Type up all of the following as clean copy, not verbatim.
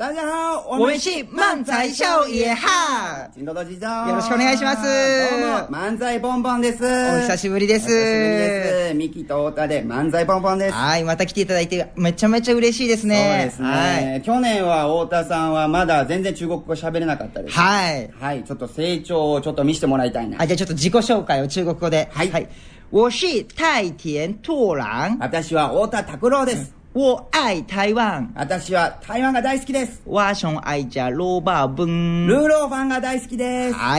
大家好， 我们是漫才少爷は。 金多多次長。 よろしくお願いします。 どうも、漫才ボンボンです。 お久しぶりです。 お久しぶりです。ミキと太田で漫才ボンボンです。 はい、また来ていただいてめちゃめちゃ嬉しいですね。 そうですね。去年は太田さんはまだ全然中国語喋れなかったです。 はい。 はい、ちょっと成長をちょっと見せてもらいたいな。 じゃあちょっと自己紹介を中国語で。 はい。 我是太田拓郎。 私は太田拓郎です。 我愛台湾。 私は台湾が大好きです。 我想愛食蘿蔔飯。 卤肉飯が大好きです。 はい。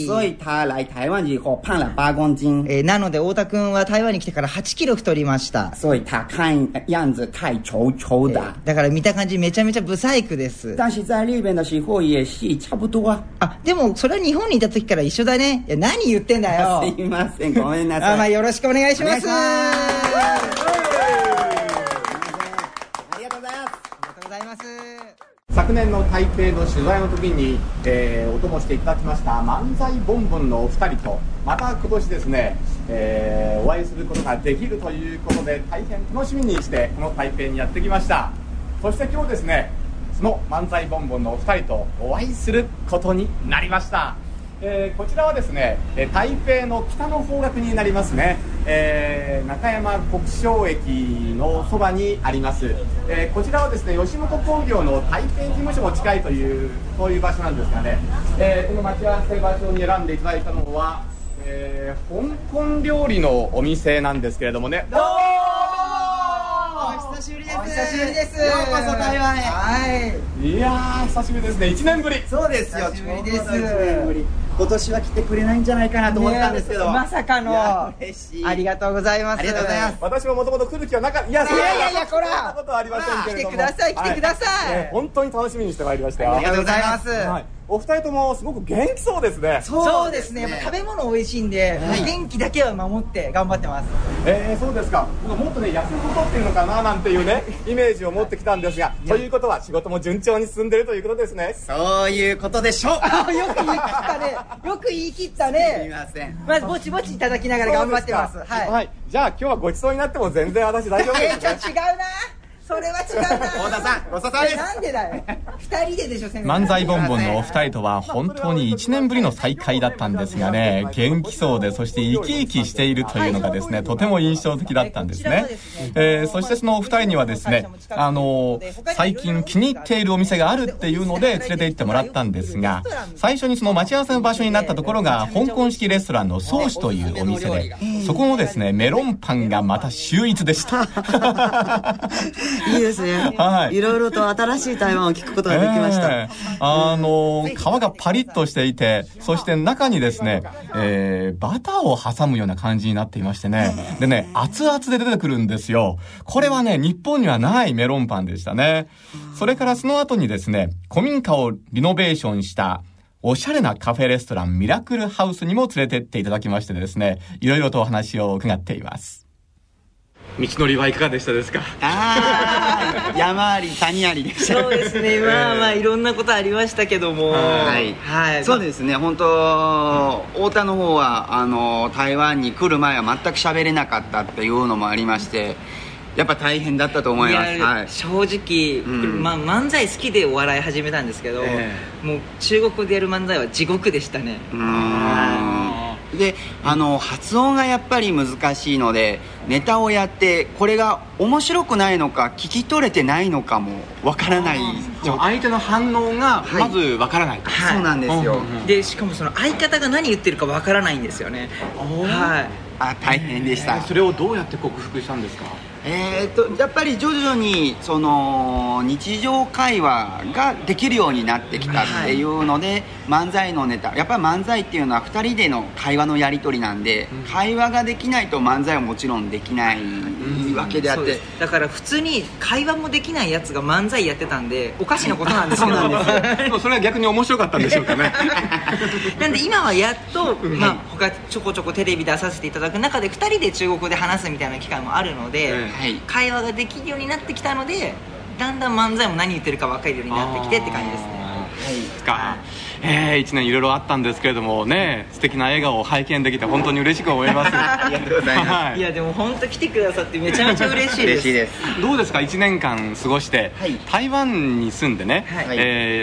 所以他来台湾以後胖了8公斤。 なので太田くんは台湾に来てから8キロ太りました。 所以他看样子太丑丑的。 だから見た感じめちゃめちゃブサイクです。 但是在日本的時候也是差不多。 でもそれは日本にいた時から一緒だね。いや何言ってんだよ。 すいません、ごめんなさい。 よろしくお願いします。 昨年の台北の取材の時に、お供していただきました漫才ボンボンのお二人とまた今年ですね、お会いすることができるということで大変楽しみにしてこの台北にやってきました。そして今日ですね、その漫才ボンボンのお二人とお会いすることになりました。こちらはですね、台北の北の方角になりますね、中山国商駅のそばにあります、こちらはですね、吉本興業の台北事務所も近いというそういう場所なんですがね、この待ち合わせ場所に選んでいただいたのは、香港料理のお店なんですけれどもね。 どうもお久しぶりです。お久しぶりです。ようこそ台湾へ。はい。 いやー久しぶりですね。1年ぶり。 そうですよ。 久しぶりです。 1年ぶり。今年は来てくれないんじゃないかなと思ったんですけど、 まさかの。 嬉しい。 ありがとうございます。 ありがとうございます。 私ももともと来る気はなかった。いやこら。 そんなことはありませんけれども。 来てください、来てください。 本当に楽しみにしてまいりましたよ。 ありがとうございます。 お二人ともすごく元気そうですね。 そうですね。やっぱ食べ物美味しいんで、元気だけは守って頑張ってます。 そうですか。もっとね、痩せ太ってるのかななんていうね、イメージを持ってきたんですが、ということは仕事も順調に進んでいるということですね。 そういうことでしょう。 よく言い切ったね。よく言い切ったね。 すみません。 まずぼちぼちいただきながら頑張ってます。 はい。じゃあ今日はごちそうになっても全然私大丈夫ですね。 ちょっと違うな。それは違うな。 太田さん、ごちそうさまです。 なんでだよ。二人ででしょ、 漫才ボンボンのお二人とは本当に1年ぶりの再会だったんですがね、元気そうで、そして生き生きしているというのがですね、とても印象的だったんですね。そしてそのお二人にはですね、最近気に入っているお店があるっていうので連れて行ってもらったんですが、最初にその待ち合わせの場所になったところが香港式レストランの宗師というお店で、そこのですね、メロンパンがまた秀逸でした。 いいですね。いろいろと新しい台湾を聞くことができました。 皮がパリッとしていて、そして中にですね、バターを挟むような感じになっていましてね。でね、熱々で出てくるんですよ。これはね、日本にはないメロンパンでしたね。それからその後にですね、古民家をリノベーションしたおしゃれなカフェレストランミラクルハウスにも連れてっていただきましてですね、いろいろとお話を伺っています。 道のりはいかがでしたですか？ 山あり谷ありでした。 そうですね。まあいろんなことありましたけども、 そうですね。本当太田の方は台湾に来る前は全く喋れなかったっていうのもありまして、やっぱ大変だったと思います。 正直、漫才好きでお笑い始めたんですけど、もう中国語でやる漫才は地獄でしたね。 で発音がやっぱり難しいので、ネタをやってこれが面白くないのか聞き取れてないのかもわからない。 相手の反応がまずわからない。 そうなんですよ。 でしかもその相方が何言ってるかわからないんですよね。 大変でした。 それをどうやって克服したんですか？ やっぱり徐々にその日常会話ができるようになってきたっていうので、漫才のネタ、やっぱり漫才っていうのは2人での会話のやり取りなんで、会話ができないと漫才はもちろんできないわけであって、 だから普通に会話もできないやつが漫才やってたんでおかしなことなんですけどそれは逆に面白かったんでしょうかね。 なんで今はやっと、他ちょこちょこテレビ出させていただく中で2人で中国語で話すみたいな機会もあるので、会話ができるようになってきたので、だんだん漫才も何言ってるか分かるようになってきてって感じですね。 1年いろいろあったんですけれどもね、素敵な笑顔を拝見できて本当に嬉しく思います。 ありがとうございます、 はい、いやでも本当来てくださってめちゃめちゃ嬉しいです。 嬉しいです。 どうですか、1年間過ごして、はい、台湾に住んでね、はい、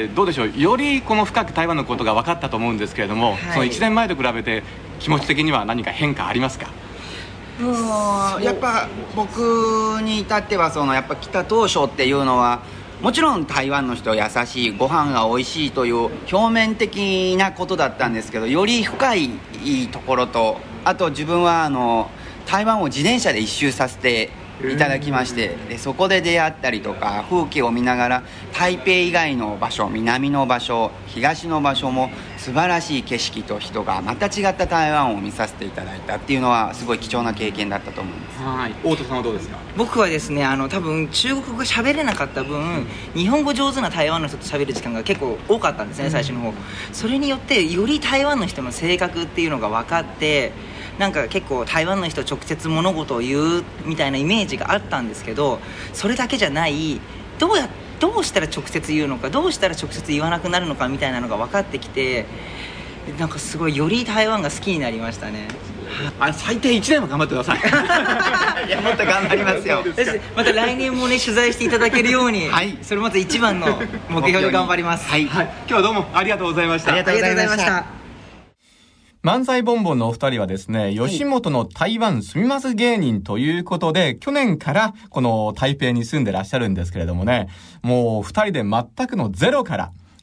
どうでしょう、よりこの深く台湾のことが分かったと思うんですけれども、はい、その1年前と比べて気持ち的には何か変化ありますか？ やっぱ僕に至ってはやっぱ来た当初っていうのはもちろん台湾の人は優しい、ご飯が美味しいという表面的なことだったんですけど、より深いところと、あと自分は台湾を自転車で一周させていただきまして、でそこで出会ったりとか風景を見ながら台北以外の場所、南の場所、東の場所も素晴らしい景色と人がまた違った台湾を見させていただいたっていうのはすごい貴重な経験だったと思います。 はい、大戸さんはどうですか？ 僕はですね、多分中国語が喋れなかった分、日本語上手な台湾の人と喋る時間が結構多かったんですね、最初の方。それによってより台湾の人の性格っていうのが分かって、なんか結構台湾の人直接物事を言うみたいなイメージがあったんですけど、それだけじゃない、どうしたら直接言うのか、どうしたら直接言わなくなるのかみたいなのが分かってきて、なんかすごいより台湾が好きになりましたね。 最低1年は頑張ってください。 いや、もっと頑張りますよ。 また来年もね取材していただけるように、はい、それまず一番の目標で頑張ります。 はい、はい、今日はどうもありがとうございました。 ありがとうございました。 漫才ボンボンのお二人はですね、吉本の台湾住みます芸人ということで、去年からこの台北に住んでらっしゃるんですけれどもね、もう二人で全くのゼロから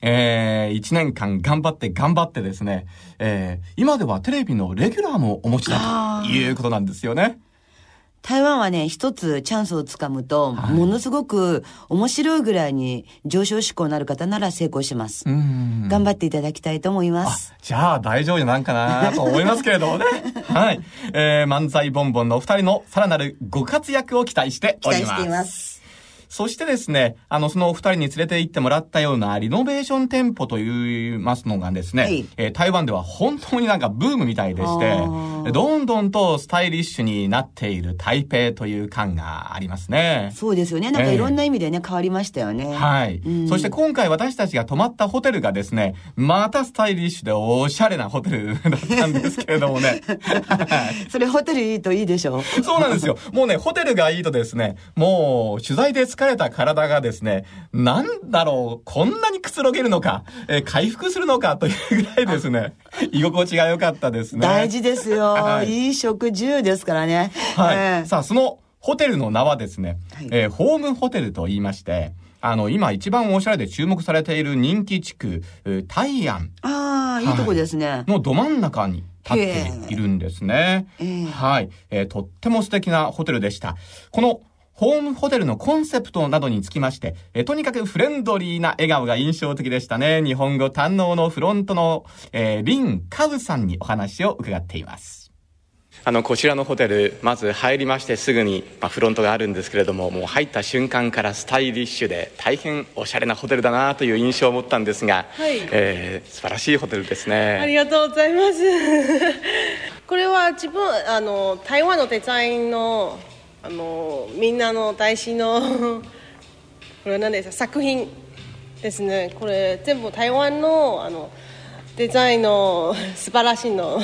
、1年間頑張ってですね、今ではテレビのレギュラーもお持ちだということなんですよね。 台湾はね、一つチャンスをつかむと、はい、ものすごく面白いぐらいに上昇志向のある方なら成功します。頑張っていただきたいと思います。 じゃあ大丈夫なんかなと思いますけれどもね。はい。漫才ボンボンのお二人のさらなるご活躍を期待しております。 期待しています。 そしてですね、そのお二人に連れて行ってもらったようなリノベーション店舗といいますのがですね、はい、台湾では本当になんかブームみたいでして、どんどんとスタイリッシュになっている台北という感がありますね。 そうですよね。なんかいろんな意味でね、変わりましたよね。 はい。そして今回私たちが泊まったホテルがですね、またスタイリッシュでおしゃれなホテルだったんですけれどもね。 それホテルいいといいでしょ。 そうなんですよ。もうね、ホテルがいいとですね、もう取材で疲れた体がですね、なんだろう、こんなにくつろげるのか、回復するのかというぐらいですね、居心地が良かったですね。 大事ですよ。はい、いい食住ですからね。 はい。さあ、そのホテルの名はですね、はい、ホームホテルと言いまして、今一番おしゃれで注目されている人気地区、台安。 ああ、いいとこですね。 のど真ん中に立っているんですね。はい。とっても素敵なホテルでした。このホームホテルのコンセプトなどにつきまして、とにかくフレンドリーな笑顔が印象的でしたね。日本語堪能のフロントの、リン・カウさんにお話を伺っています。こちらのホテル、まず入りましてすぐに、フロントがあるんですけれども、もう入った瞬間からスタイリッシュで大変おしゃれなホテルだなという印象を持ったんですが、はい、素晴らしいホテルですね。 ありがとうございます。これは自分台湾のデザインのみんなの大事のこれ何ですか、作品ですね。これ全部台湾のデザインの素晴らしいの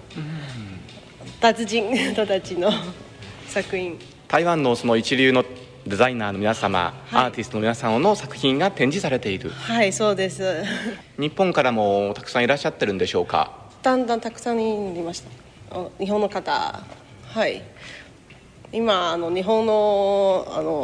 達人たちの作品。 台湾のその一流のデザイナーの皆様、はい、アーティストの皆さんの作品が展示されている。 はい、そうです。 日本からもたくさんいらっしゃってるんでしょうか？ だんだんたくさんいました。日本の方、はい。今日本の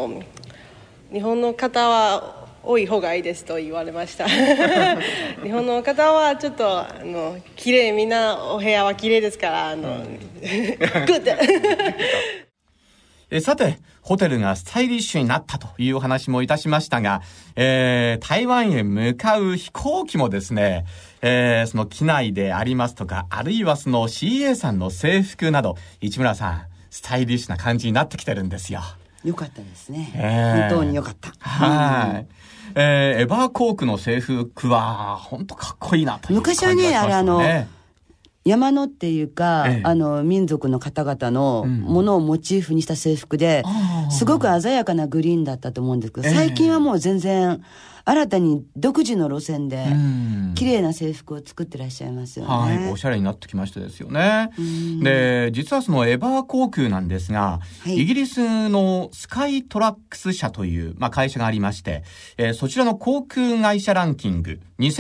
方は多い方がいいですと言われました。日本の方はちょっと綺麗、みんなお部屋は綺麗ですからグッド。 さて、ホテルがスタイリッシュになったというお話もいたしましたが、台湾へ向かう飛行機もですね、その機内でありますとか、あるいはその CA さんの制服など、市村さん、スタイリッシュな感じになってきてるんですよ。 よかったですね。本当によかった。 はい。エバーコークの制服は本当かっこいいなという感じがしますね。 昔はね、山のっていうか、民族の方々のものをモチーフにした制服で、 すごく鮮やかなグリーンだったと思うんですけど、最近はもう全然新たに独自の路線で綺麗な制服を作ってらっしゃいますよね。 はい、おしゃれになってきましたですよね。で、実はそのエバー航空なんですが、イギリスのスカイトラックス社という、会社がありまして、そちらの航空会社ランキング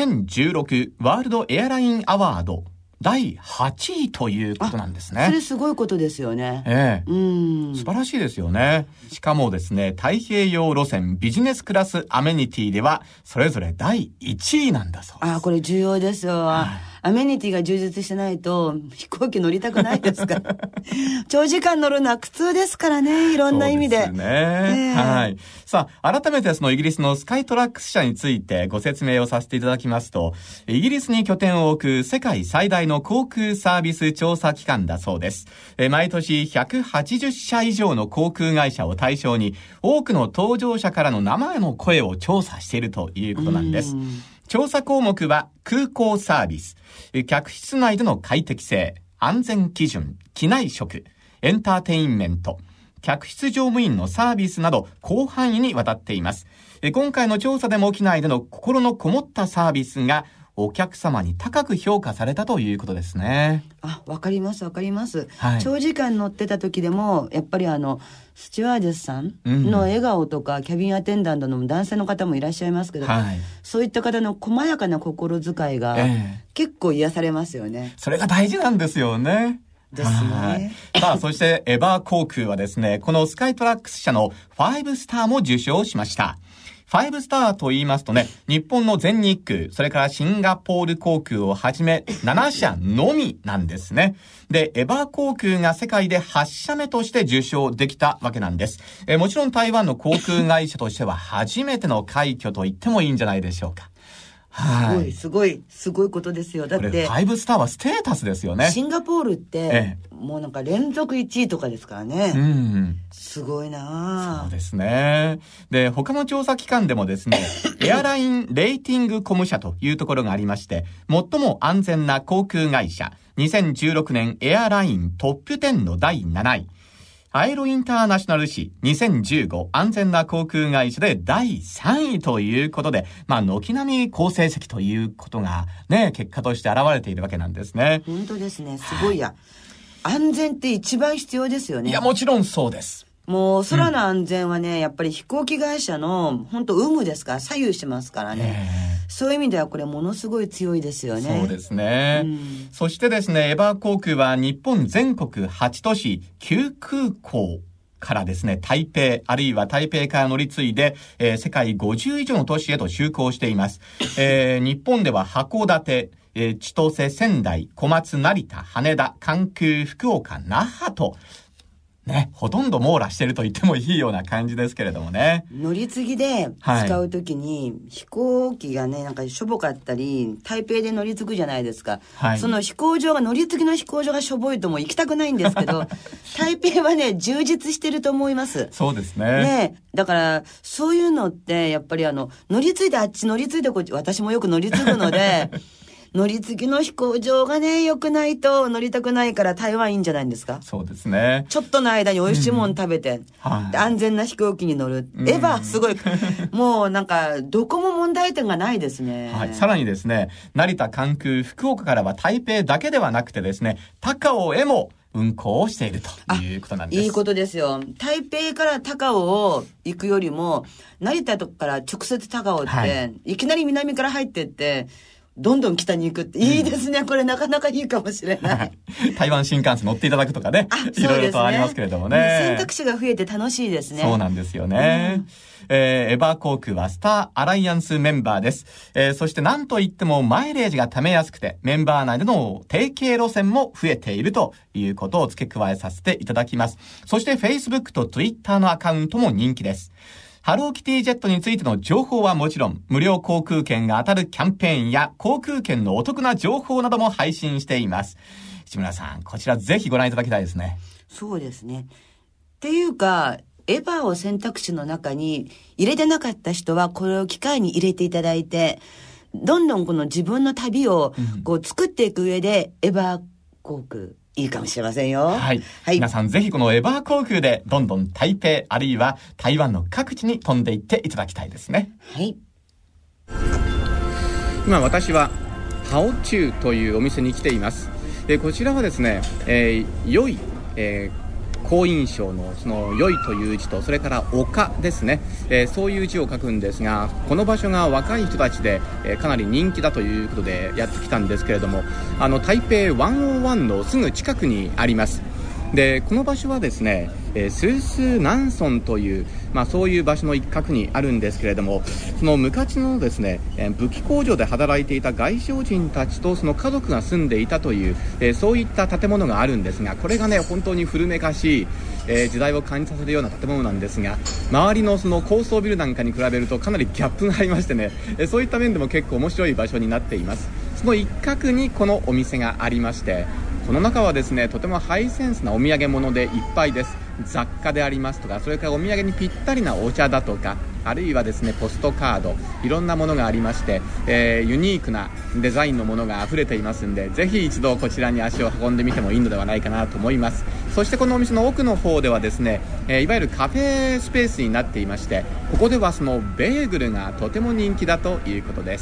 2016ワールドエアラインアワード第8位ということなんですね。 それすごいことですよね。 素晴らしいですよね。しかもですね、太平洋路線ビジネスクラスアメニティではそれぞれ第1位なんだそうです。 これ重要ですよ。アメニティが充実してないと飛行機乗りたくないですから長時間乗るのは苦痛ですからね、いろんな意味で。 そうですね。はい。さあ、改めてそのイギリスのスカイトラックス社についてご説明をさせていただきますと、イギリスに拠点を置く世界最大の航空サービス調査機関だそうです。毎年180社以上の航空会社を対象に多くの搭乗者からの生の声を調査しているということなんです。調査項目は空港サービス、客室内での快適性、安全基準、機内食、エンターテインメント、客室乗務員のサービスなど広範囲にわたっています。今回の調査でも機内での心のこもったサービスがお客様に高く評価されたということですね。 わかります。長時間乗ってた時でもやっぱりスチュワーデスさんの笑顔とか、キャビンアテンダントの男性の方もいらっしゃいますけど、そういった方の細やかな心遣いが結構癒されますよね。 それが大事なんですよね。 ですね。 さあ、そしてエバー航空はですね、このスカイトラックス社の5スターも受賞しました。5スターと言いますとね、日本の全日空、それからシンガポール航空をはじめ7社のみなんですね。で、エバー航空が世界で8社目として受賞できたわけなんです。もちろん台湾の航空会社としては初めての快挙と言ってもいいんじゃないでしょうか。 すごいことですよ。だってこれ5スターはステータスですよね。 シンガポールって、もうなんか連続1位とかですからね。すごいな。 そうですね。で、他の調査機関でもですね、エアラインレーティングコム社というところがありまして、最も安全な航空会社、2016年エアライントップ10の第7位。アエロインターナショナル誌2015安全な航空会社で第3位ということで、軒並み好成績ということがね、結果として現れているわけなんですね。 本当ですね。すごいや。安全って一番必要ですよね。 いや、もちろんそうです。 もう空の安全はね、やっぱり飛行機会社の本当有無ですから左右しますからね。そういう意味ではこれものすごい強いですよね。 そうですね。そしてですね、エバー航空は日本全国8都市9空港からですね、台北あるいは台北から乗り継いで、世界50以上の都市へと就航しています。日本では函館、千歳、仙台、小松、成田、羽田、関空、福岡、那覇とね、ほとんど網羅してると言ってもいいような感じですけれどもね。 乗り継ぎで使うときに、飛行機がね、なんかしょぼかったり、台北で乗り継ぐじゃないですか。その飛行場が、乗り継ぎの飛行場がしょぼいともう行きたくないんですけど、台北はね、充実してると思います。 そうですね。 ね、だから、そういうのって、やっぱり乗り継いであっち乗り継いでこっち、私もよく乗り継ぐので、乗り継ぎの飛行場がね、良くないと乗りたくないから台湾いいんじゃないんですか。 そうですね。 ちょっとの間に美味しいもの食べて、安全な飛行機に乗る。エヴァすごい、もうなんか、どこも問題点がないですね。 さらにですね、成田、関空、福岡からは台北だけではなくてですね、高雄へも運行をしているということなんです。 いいことですよ。台北から高雄を行くよりも、成田とかから直接高雄って、いきなり南から入ってって、どんどん北に行くっていいですね。これなかなかいいかもしれない。 台湾新幹線乗っていただくとかね。いろいろとありますけれどもね。 選択肢が増えて楽しいですね。 そうなんですよね。エバー航空はスターアライアンスメンバーです。そして何といってもマイレージが貯めやすくて、メンバー内での提携路線も増えているということを付け加えさせていただきます。そして Facebook と Twitter のアカウントも人気です。ハローキティジェットについての情報はもちろん、無料航空券が当たるキャンペーンや航空券のお得な情報なども配信しています。市村さん、こちらぜひご覧いただきたいですね。 そうですね。っていうか、エバーを選択肢の中に入れてなかった人はこれを機会に入れていただいて、どんどんこの自分の旅をこう作っていく上で、エバー航空、 いいかもしれませんよ。 はい。皆さんぜひこのエバー航空でどんどん台北あるいは台湾の各地に飛んでいっていただきたいですね。 はい。 今私はハオチュウというお店に来ています。こちらはですね、良い、好印象のその良いという字と、それから丘ですね、そういう字を書くんですが、この場所が若い人たちで、かなり人気だということでやってきたんですけれども、台北101のすぐ近くにあります。でこの場所はですね、スースー南村という、そういう場所の一角にあるんですけれども、その昔のですね、武器工場で働いていた外省人たちとその家族が住んでいたという、そういった建物があるんですが、これがね本当に古めかしい、時代を感じさせるような建物なんですが、周りのその高層ビルなんかに比べるとかなりギャップがありましてね、そういった面でも結構面白い場所になっています。その一角にこのお店がありまして、この中はですねとてもハイセンスなお土産物でいっぱいです。雑貨でありますとか、それからお土産にぴったりなお茶だとか、あるいはですねポストカード、いろんなものがありまして、ユニークなデザインのものが溢れていますんで、ぜひ一度こちらに足を運んでみてもいいのではないかなと思います。そしてこのお店の奥の方ではですね、いわゆるカフェスペースになっていまして、ここではそのベーグルがとても人気だということです。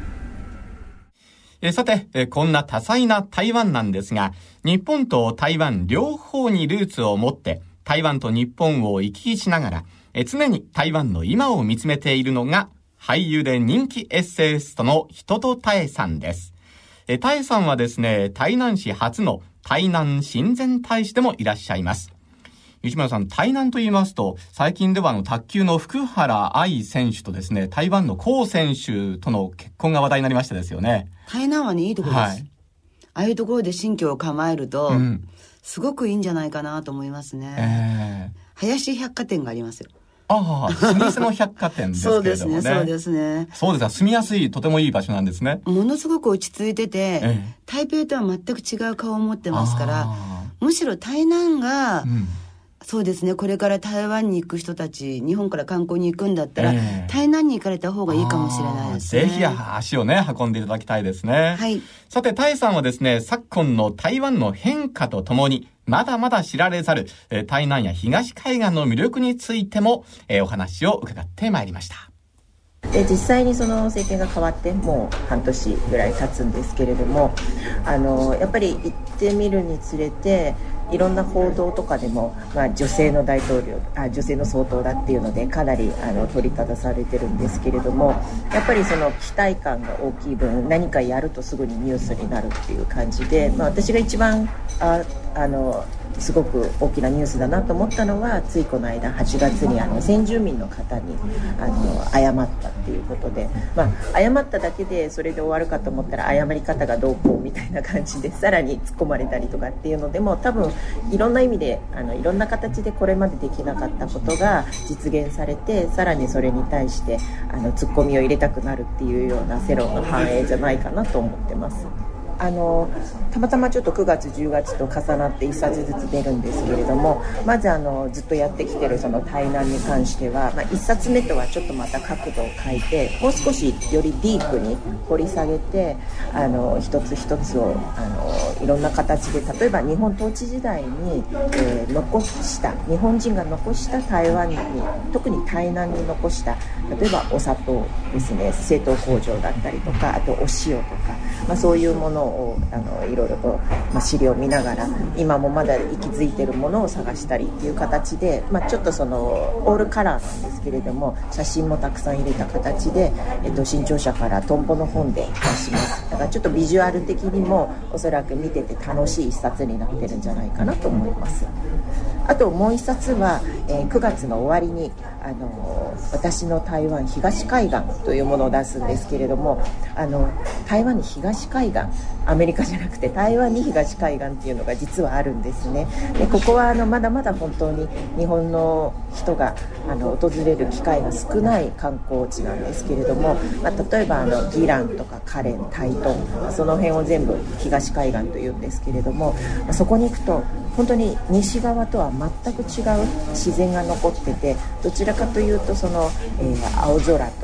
さて、こんな多彩な台湾なんですが、日本と台湾両方にルーツを持って、台湾と日本を行き来しながら、常に台湾の今を見つめているのが、俳優で人気エッセイストの人とたえさんです。たえさんはですね、台南市初の台南親善大使でもいらっしゃいます。西村さん、台南と言いますと、最近では卓球の福原愛選手とですね、台湾のコウ選手との結婚が話題になりましたですよね。 台南はね、いいところです。はい、ああいうところで新居を構えると、すごくいいんじゃないかなと思いますね。林百貨店がありますよ。 ああ、老舗の百貨店ですけれどもね。そうですね、 そうですね。 そうですか、住みやすい、とてもいい場所なんですね。 ものすごく落ち着いてて、台北とは全く違う顔を持ってますから、むしろ台南が、そうですね、これから台湾に行く人たち、日本から観光に行くんだったら、台南に行かれた方がいいかもしれないですね。 ぜひ足をね、運んでいただきたいですね。 はい。 さて、タイさんはですね、昨今の台湾の変化とともに、まだまだ知られざる、台南や東海岸の魅力についても、お話を伺ってまいりました。 で実際にその政権が変わってもう半年ぐらい経つんですけれども、やっぱり行ってみるにつれていろんな報道とかでも、女性の大統領、女性の総統だっていうのでかなり取り沙汰されてるんですけれども、やっぱりその期待感が大きい分何かやるとすぐにニュースになるっていう感じで、私が一番すごく大きなニュースだなと思ったのは、ついこの間8月に先住民の方に謝ったっていうことで、謝っただけでそれで終わるかと思ったら謝り方がどうこうみたいな感じでさらに突っ込まれたりとかっていうのでも、多分いろんな意味でいろんな形でこれまでできなかったことが実現されて、さらにそれに対して突っ込みを入れたくなるっていうような世論の反映じゃないかなと思ってます。たまたまちょっと9月10月と重なって1冊ずつ出るんですけれども、まずずっとやってきてるその台南に関しては、1冊目とはちょっとまた角度を変えて、もう少しよりディープに掘り下げて一つ一つをいろんな形で、例えば日本統治時代に、残した日本人が残した台湾に、特に台南に残した例えばお砂糖ですね、製糖工場だったりとか、あとお塩とか、そういうものをいろいろと、資料を見ながら今もまだ息づいているものを探したりっていう形で、ちょっとそのオールカラーなんですけれども、写真もたくさん入れた形で、新潮社からトンボの本で出します。だからちょっとビジュアル的にもおそらく見てて楽しい一冊になってるんじゃないかなと思います。あともう一冊は、9月の終わりに私の台湾東海岸というものを出すんですけれども、台湾に東海岸、アメリカじゃなくて台湾に東海岸っていうのが実はあるんですね。でここはまだまだ本当に日本の人が訪れる機会が少ない観光地なんですけれども、例えば宜蘭とか花蓮、台東、その辺を全部東海岸というんですけれども、そこに行くと本当に西側とは全く違う自然が残ってて、どちらかというとその、青空と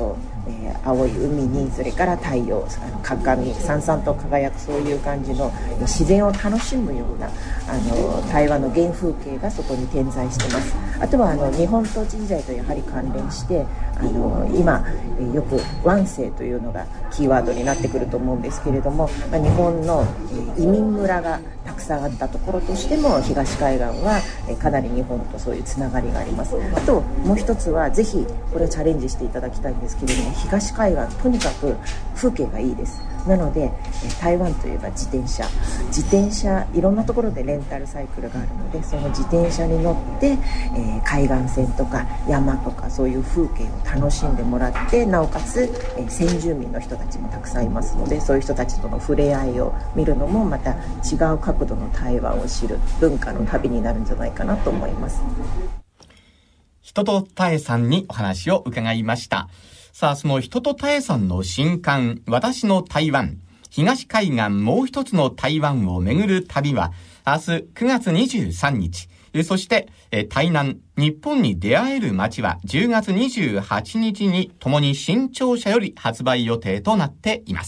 青い海に、それから太陽、鏡、さんさんと輝く、そういう感じの自然を楽しむような台湾の原風景がそこに点在してます。あとは日本統治時代とやはり関連して今よく湾西というのがキーワードになってくると思うんですけれども、日本の移民村がたくさんあったところとしても東海岸はかなり日本とそういうつながりがあります。あともう一つはぜひこれをチャレンジしていただきたいんですけれども、東海岸とにかく風景がいいです。なので台湾といえば自転車いろんなところでレンタルサイクルがあるので、その自転車に乗って海岸線とか山とかそういう風景を楽しんでもらって、なおかつ先住民の人たちもたくさんいますので、そういう人たちとの触れ合いを見るのもまた違う角度の台湾を知る文化の旅になるんじゃないかなと思います。 人とたえさんにお話を伺いました。さあ、その人とたえさんの新刊、私の台湾、東海岸もう一つの台湾を巡る旅は、明日9月23日、そして、台南、日本に出会える街は10月28日にともに新潮社より発売予定となっています。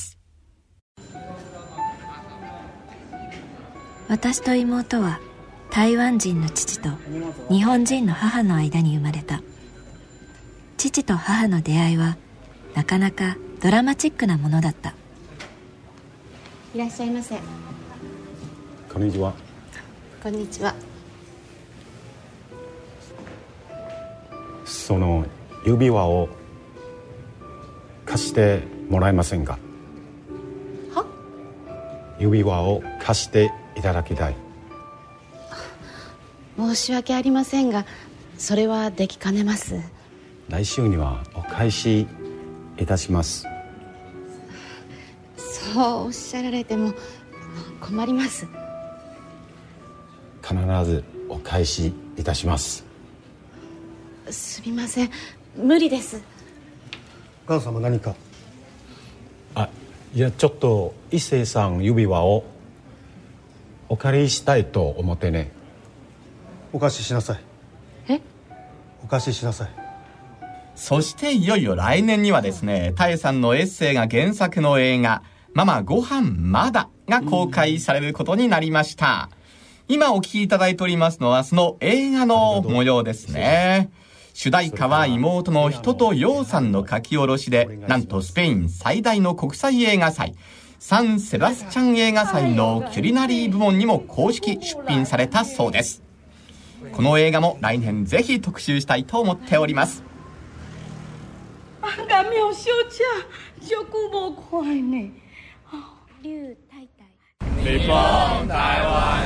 私と妹は台湾人の父と日本人の母の間に生まれた。父と母の出会いはなかなかドラマチックなものだった。 いらっしゃいませ。 こんにちは。 こんにちは。 その指輪を貸してもらえませんか？ は？ 指輪を貸していただきたい。 申し訳ありませんが、それはできかねます。 来週にはお返しいたします。 そうおっしゃられても困ります。 必ずお返しいたします。 すみません、無理です。 お母様何か？ いや、ちょっと一星さん指輪をお借りしたいと思ってね。 お貸ししなさい。 え？ お貸ししなさい。 そしていよいよ来年にはですね、タエさんのエッセイが原作の映画、ママご飯まだが公開されることになりました。今お聞きいただいておりますのはその映画の模様ですね。主題歌は妹の人とようさんの書き下ろしで、なんとスペイン最大の国際映画祭、サンセバスチャン映画祭のキュリナリー部門にも公式出品されたそうです。この映画も来年ぜひ特集したいと思っております。 俺没有休假，就顾不快呢。 劉太太。 日本、台湾、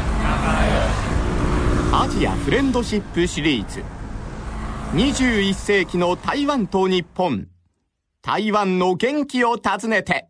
アジアフレンドシップシリーズ。21世紀の台湾と日本。台湾の元気を訪ねて。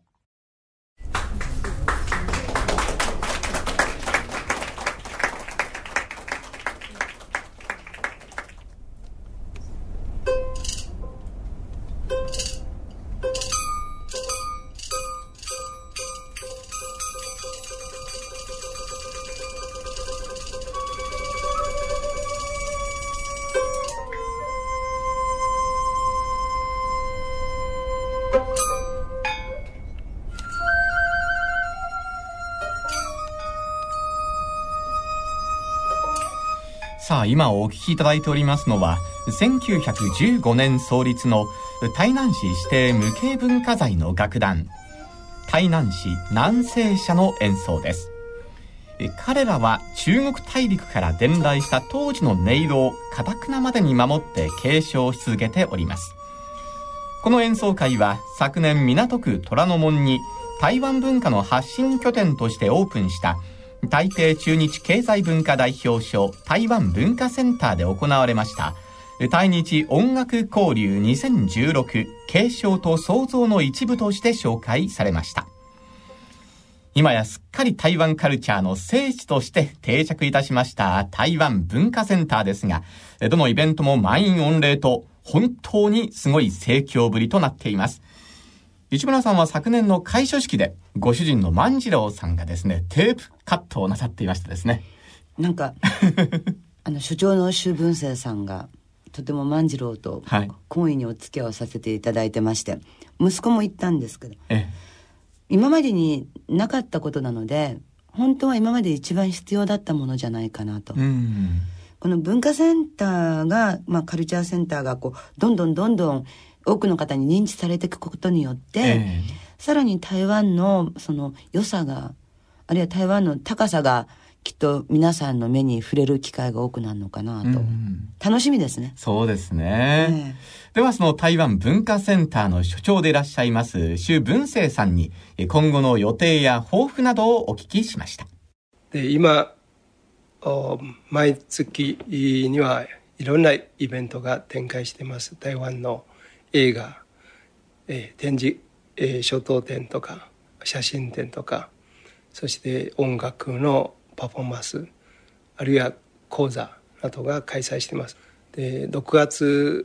さあ、今お聞きいただいておりますのは、1915年創立の台南市指定無形文化財の楽団、台南市南西社の演奏です。彼らは中国大陸から伝来した当時の音色を堅くなまでに守って継承し続けております。この演奏会は昨年港区虎ノ門に台湾文化の発信拠点としてオープンした台北駐日経済文化代表所台湾文化センターで行われました対日音楽交流2016継承と創造の一部として紹介されました。今やすっかり台湾カルチャーの聖地として定着いたしました台湾文化センターですが、どのイベントも満員御礼と本当にすごい盛況ぶりとなっています。市村さんは昨年の開所式でご主人の万次郎さんがですね、テープカットをなさっていましたですね。 なんか所長の周文生さんがとても万次郎と懇意にお付き合いをさせていただいてまして、息子も行ったんですけど、今までになかったことなので、本当は今まで一番必要だったものじゃないかなと。この文化センターが、カルチャーセンターがこうどんどん多くの方に認知されていくことによって、さらに台湾のその良さが、あるいは台湾の高さがきっと皆さんの目に触れる機会が多くなるのかなと、楽しみですね。 そうですね、ではその台湾文化センターの所長でいらっしゃいます周文生さんに今後の予定や抱負などをお聞きしました。 で、今毎月にはいろんなイベントが展開しています。台湾の映画、展示、書道展とか写真展とか、そして音楽のパフォーマンス、あるいは講座などが開催しています。で、6月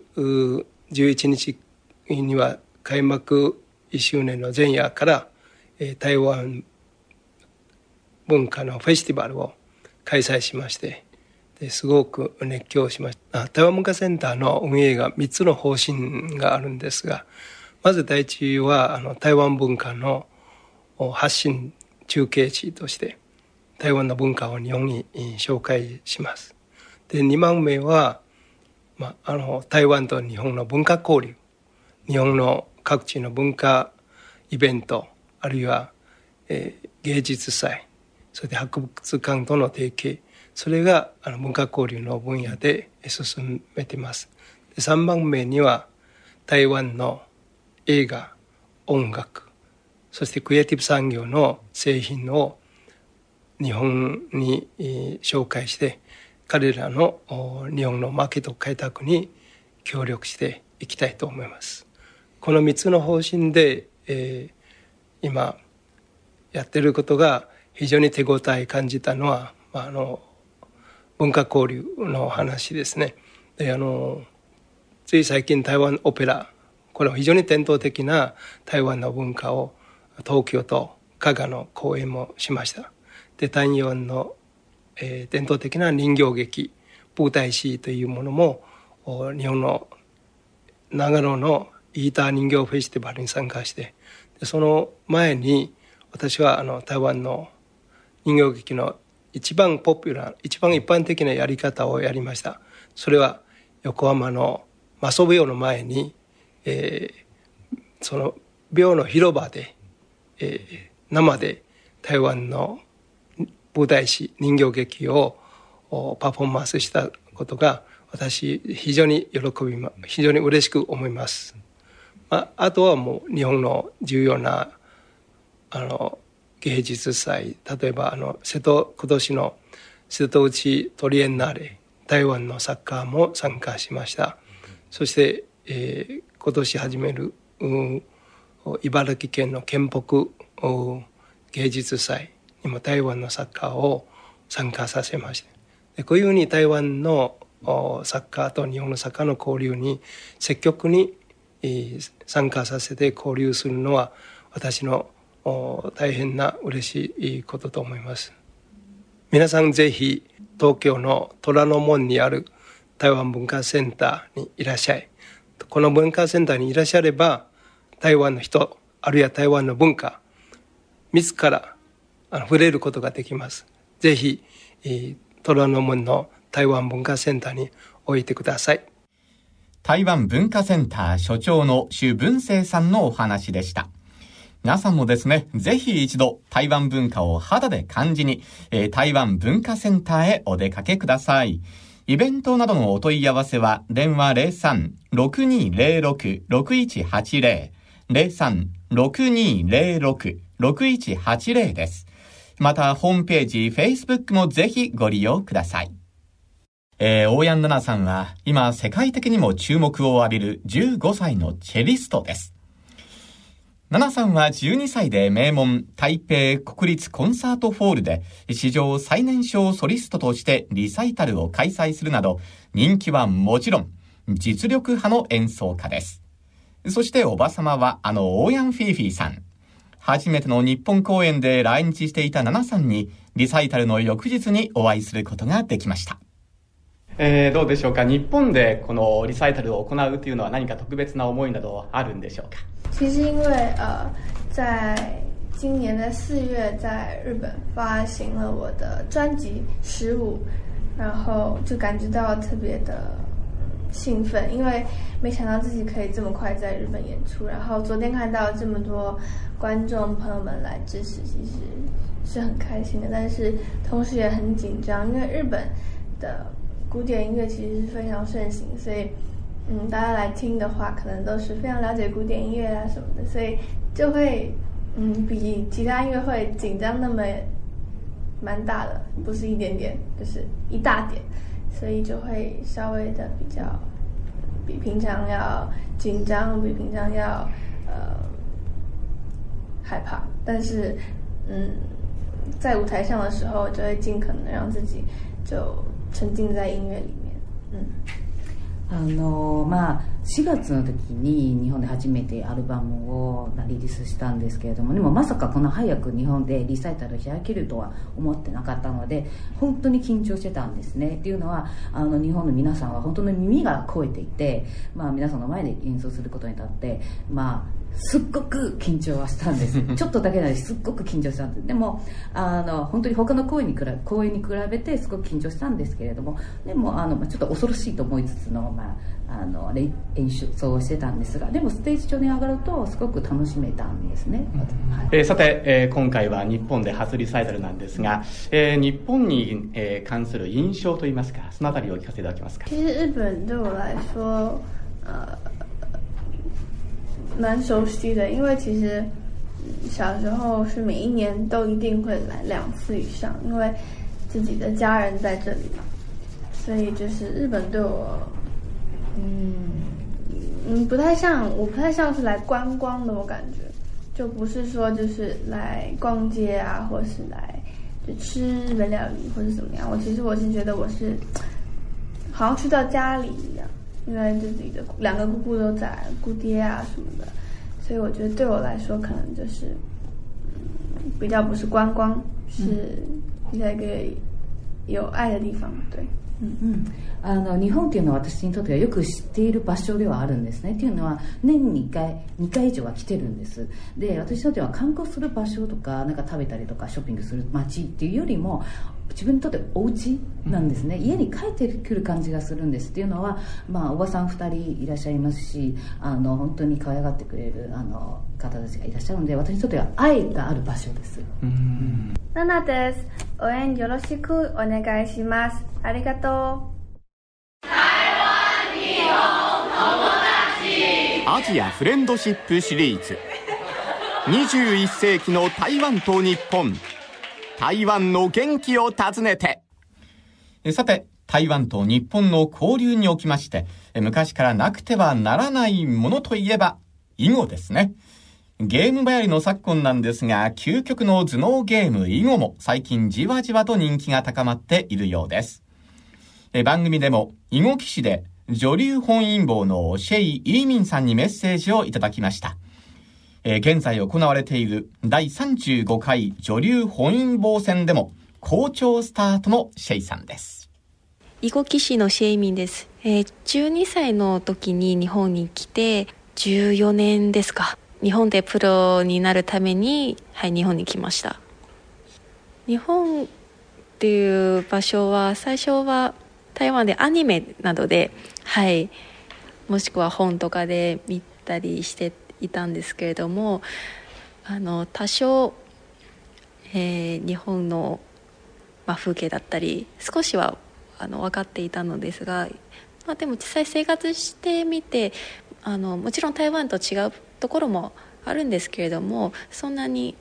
11日には開幕1周年の前夜から、台湾文化のフェスティバルを開催しまして、ですごく熱狂しました。台湾文化センターの運営が3つの方針があるんですが、まず第一は台湾文化の発信中継地として台湾の文化を日本に紹介します。で、2番目は、台湾と日本の文化交流、日本の各地の文化イベント、あるいは、芸術祭、それで博物館との提携、それが文化交流の分野で進めています。で、3番目には台湾の映画、音楽、そしてクリエイティブ産業の製品を日本に紹介して、彼らの日本のマーケット開拓に協力していきたいと思います。この3つの方針で、今やっていることが非常に手応え感じたのは、文化交流の話ですね。で、つい最近台湾オペラ、これは非常に伝統的な台湾の文化を東京と香川の公演もしました。で、台湾の、伝統的な人形劇、舞台詩というものも日本の長野のイーター人形フェスティバルに参加して、でその前に私は台湾の人形劇の一番ポピュラー、一番一般的なやり方をやりました。それは横浜のマソ廟の前に、その廟の広場で、生で台湾の舞台詩、人形劇をパフォーマンスしたことが私非常に非常に嬉しく思います。あとはもう日本の重要な芸術祭、例えば今年の瀬戸内トリエンナーレ、台湾の作家も参加しました。そして、今年始める茨城県の県北芸術祭にも台湾の作家を参加させました。で、こういうふうに台湾の作家と日本の作家の交流に積極に参加させて交流するのは私の大変な嬉しいことと思います。皆さんぜひ東京の虎ノ門にある台湾文化センターにいらっしゃい。この文化センターにいらっしゃれば台湾の人、あるいは台湾の文化自ら触れることができます。ぜひ虎ノ門の台湾文化センターに置いてください。 台湾文化センター所長の周文生さんのお話でした。皆さんもですね、ぜひ一度台湾文化を肌で感じに、台湾文化センターへお出かけください。イベントなどのお問い合わせは電話 03-6206-6180 03-6206-6180 です。またホームページ Facebook もぜひご利用ください。大谷奈々さんは今世界的にも注目を浴びる15歳のチェリストです。奈々さんは12歳で名門台北国立コンサートホールで史上最年少ソリストとしてリサイタルを開催するなど人気はもちろん実力派の演奏家です。そしておばさまはオーヤンフィーフィーさん。初めての日本公演で来日していた奈々さんにリサイタルの翌日にお会いすることができました。 どうでしょうか。日本でこのリサイタルを行うというのは何か特別な思いなどあるんでしょうか。 其实因为在今年的4月在日本发行了我的专辑15，然后就感觉到特别的兴奋，因为没想到自己可以这么快在日本演出，然后昨天看到这么多观众朋友们来支持，其实是很开心的，但是同时也很紧张，因为日本的古典音乐其实是非常盛行，所以大家来听的话可能都是非常了解古典音乐啊什么的，所以就会比其他音乐会紧张那么蛮大的，不是一点点，就是一大点，所以就会稍微的比平常要紧张，比平常要害怕，但是在舞台上的时候就会尽可能让自己就沉浸在音乐里面。 4月の時に日本で初めてアルバムをリリースしたんですけれども、でもまさかこんな早く日本でリサイタルを開けるとは思ってなかったので本当に緊張してたんですね。っていうのは日本の皆さんは本当に耳が肥えていて、皆さんの前で演奏することになってすっごく緊張はしたんですちょっとだけなのですっごく緊張したんです。でも本当に他の公演に比べてすごく緊張したんですけれども、でもちょっと恐ろしいと思いつつの、演奏をしてたんですが、でもステージ上に上がるとすごく楽しめたんですね。 さて、今回は日本で初リサイタルなんですが、日本に、関する印象といいますか、そのあたりをお聞かせいただけますか。 其实日本对我来说蛮熟悉的，因为其实小时候是每一年都一定会来2次以上，因为自己的家人在这里嘛，所以就是日本对我我不太像是来观光的，我感觉就不是说就是来逛街啊，或是来就吃日本料理或是怎么样。我是觉得我是好像去到家里一样，因为自己的2个姑姑都在，姑爹啊什么的，所以我觉得对我来说可能就是比较不是观光，是在一个有愛的地方。对。 日本っていうのは私にとってはよく知っている場所ではあるんですね。っていうのは年に2回以上は来てるんです。で、私にとっては観光する場所とかなんか食べたりとかショッピングする街っていうよりも自分にとってお家なんですね。家に帰ってくる感じがするんです。っていうのは、おばさん2人いらっしゃいますし、本当に可愛がってくれる方たちがいらっしゃるので、私にとっては愛がある場所です。 ナナです。応援よろしくお願いします。ありがとう。 アジアフレンドシップシリーズ21世紀の台湾と日本、台湾の元気を訪ねて。 さて、台湾と日本の交流におきまして昔からなくてはならないものといえば囲碁ですね。ゲームばやりの昨今なんですが、究極の頭脳ゲーム囲碁も最近じわじわと人気が高まっているようです。番組でも囲碁棋士で女流本因坊のシェイ・イーミンさんにメッセージをいただきました。現在行われている第35回女流本因坊戦でも好調スタートのシェイさんです。 囲碁棋士のシェイ・イーミンです。12歳の時に日本に来て14年ですか。日本でプロになるために、日本に来ました。日本っていう場所は最初は台湾でアニメなどで、もしくは本とかで見たりしていたんですけれども、多少、日本の、風景だったり少しは分かっていたのですが、でも実際生活してみてもちろん台湾と違うところもあるんですけれども、そんなに、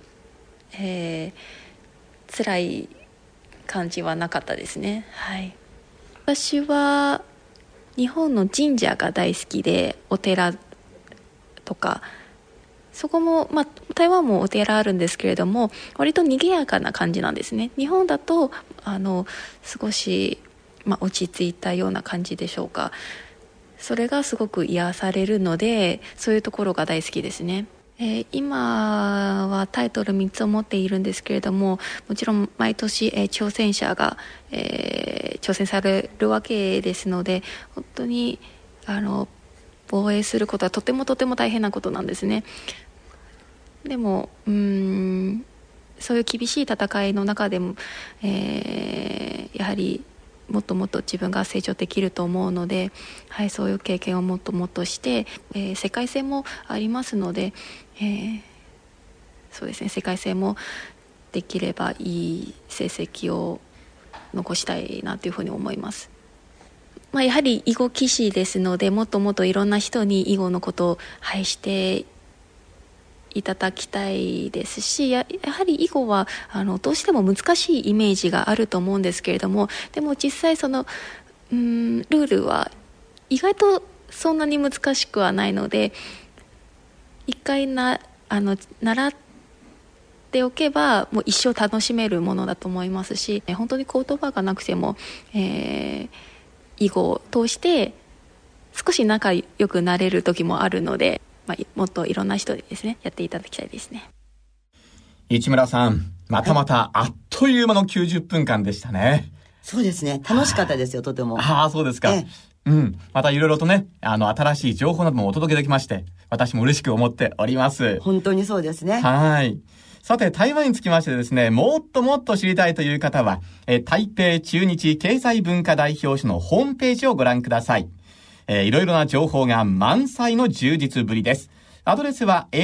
辛い感じはなかったですね。私は日本の神社が大好きで、お寺とかそこも、台湾もお寺あるんですけれども割と賑やかな感じなんですね。日本だと少し、落ち着いたような感じでしょうか。それがすごく癒されるので、そういうところが大好きですね。 今はタイトル3つを持っているんですけれども、もちろん毎年、挑戦者が、挑戦されるわけですので、本当に防衛することはとても大変なことなんですね。でもそういう厳しい戦いの中でも、やはりもっと自分が成長できると思うので、はい、そういう経験をもっとして、世界戦もありますので、そうですね、世界戦もできればいい成績を残したいなというふうに思います。やはり囲碁棋士ですので、もっといろんな人に囲碁のことを、していただきたいですし、やはり囲碁はどうしても難しいイメージがあると思うんですけれども、でも実際ルールは意外とそんなに難しくはないので、一回習っておけばもう一生楽しめるものだと思いますし、本当に言葉がなくても、囲碁を通して少し仲良くなれる時もあるので、もっといろんな人でですね、やっていただきたいですね。 市村さん、またあっという間の90分間でしたね。 そうですね、楽しかったですよ、とても。 そうですか。またいろいろとね、新しい情報などもお届けできまして、私も嬉しく思っております。 本当にそうですね。 はい。さて、台湾につきましてですね、もっと知りたいという方は、台北駐日経済文化代表処のホームページをご覧ください。いろいろな情報が満載の充実ぶりです。アドレスは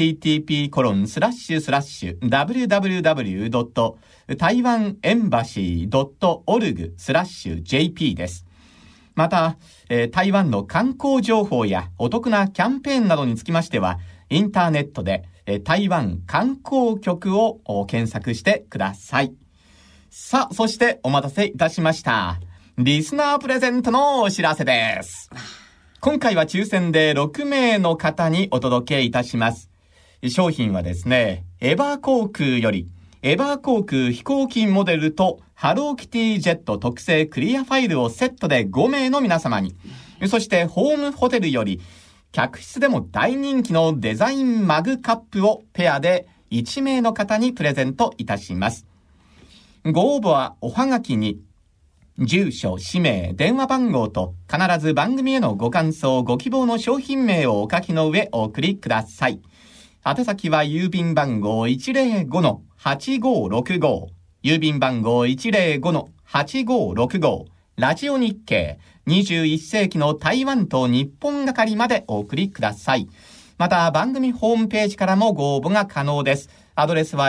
http://www.taiwanembassy.org/jp です。また、台湾の観光情報やお得なキャンペーンなどにつきましては、インターネットで台湾観光局を検索してください。さあ、そしてお待たせいたしました。リスナープレゼントのお知らせです。今回は抽選で6名の方にお届けいたします。商品はですね、エバー航空より、エバー航空飛行機モデルとハローキティジェット特製クリアファイルをセットで5名の皆様に、そしてホームホテルより、客室でも大人気のデザインマグカップをペアで1名の方にプレゼントいたします。ご応募はおはがきに、住所、氏名、電話番号と必ず番組へのご感想、ご希望の商品名をお書きの上お送りください。宛先は郵便番号 105-8565 郵便番号 105-8565 ラジオ日経21世紀の台湾と日本係までお送りください。また番組ホームページからもご応募が可能です。アドレスは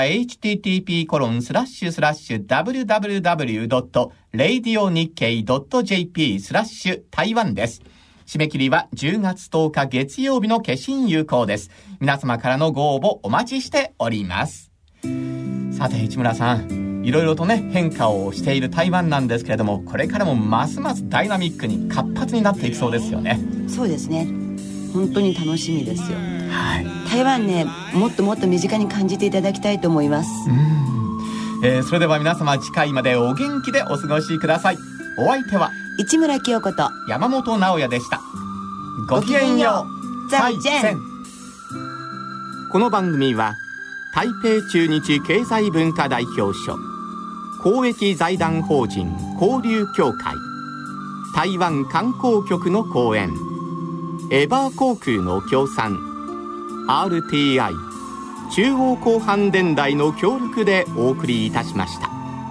http://www.radionickei.jp/ 台湾です。締め切りは10月10日月曜日の消印有効です。皆様からのご応募お待ちしております。さて市村さん、いろいろとね変化をしている台湾なんですけれども、これからもますますダイナミックに活発になっていきそうですよね。 そうですね、本当に楽しみですよ。はい、台湾ね、もっと身近に感じていただきたいと思います。 それでは皆様次回までお元気でお過ごしください。お相手は市村清子と山本直也でした。ごきげんよう。 再见。 この番組は台北駐日経済文化代表所、公益財団法人交流協会、台湾観光局の講演、エバー航空の協賛、RTI 中央広範電台の協力でお送りいたしました。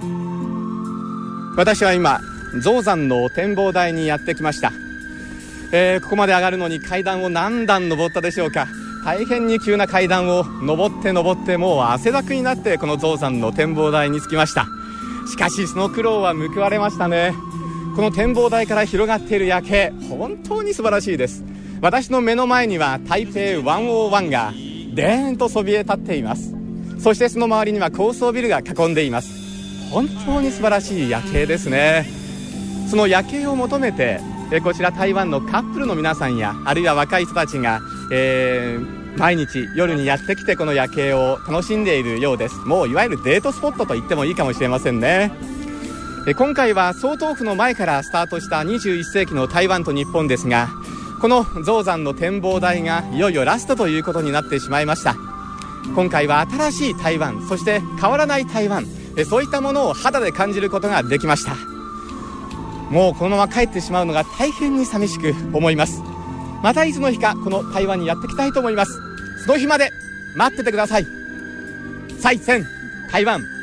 私は今象山の展望台にやってきました。ここまで上がるのに階段を何段登ったでしょうか。大変に急な階段を登ってもう汗だくになってこの象山の展望台に着きました。しかしその苦労は報われましたね。この展望台から広がっている夜景、本当に素晴らしいです。私の目の前には台北101がでーんとそびえ立っています。そしてその周りには高層ビルが囲んでいます。本当に素晴らしい夜景ですね。その夜景を求めてこちら台湾のカップルの皆さんや、あるいは若い人たちが、毎日夜にやってきてこの夜景を楽しんでいるようです。もういわゆるデートスポットと言ってもいいかもしれませんね。今回は総統府の前からスタートした21世紀の台湾と日本ですが、 この象山の展望台がいよいよラストということになってしまいました。今回は新しい台湾、そして変わらない台湾、そういったものを肌で感じることができました。もうこのまま帰ってしまうのが大変に寂しく思います。またいつの日かこの台湾にやってきたいと思います。その日まで待っててください。再戦台湾。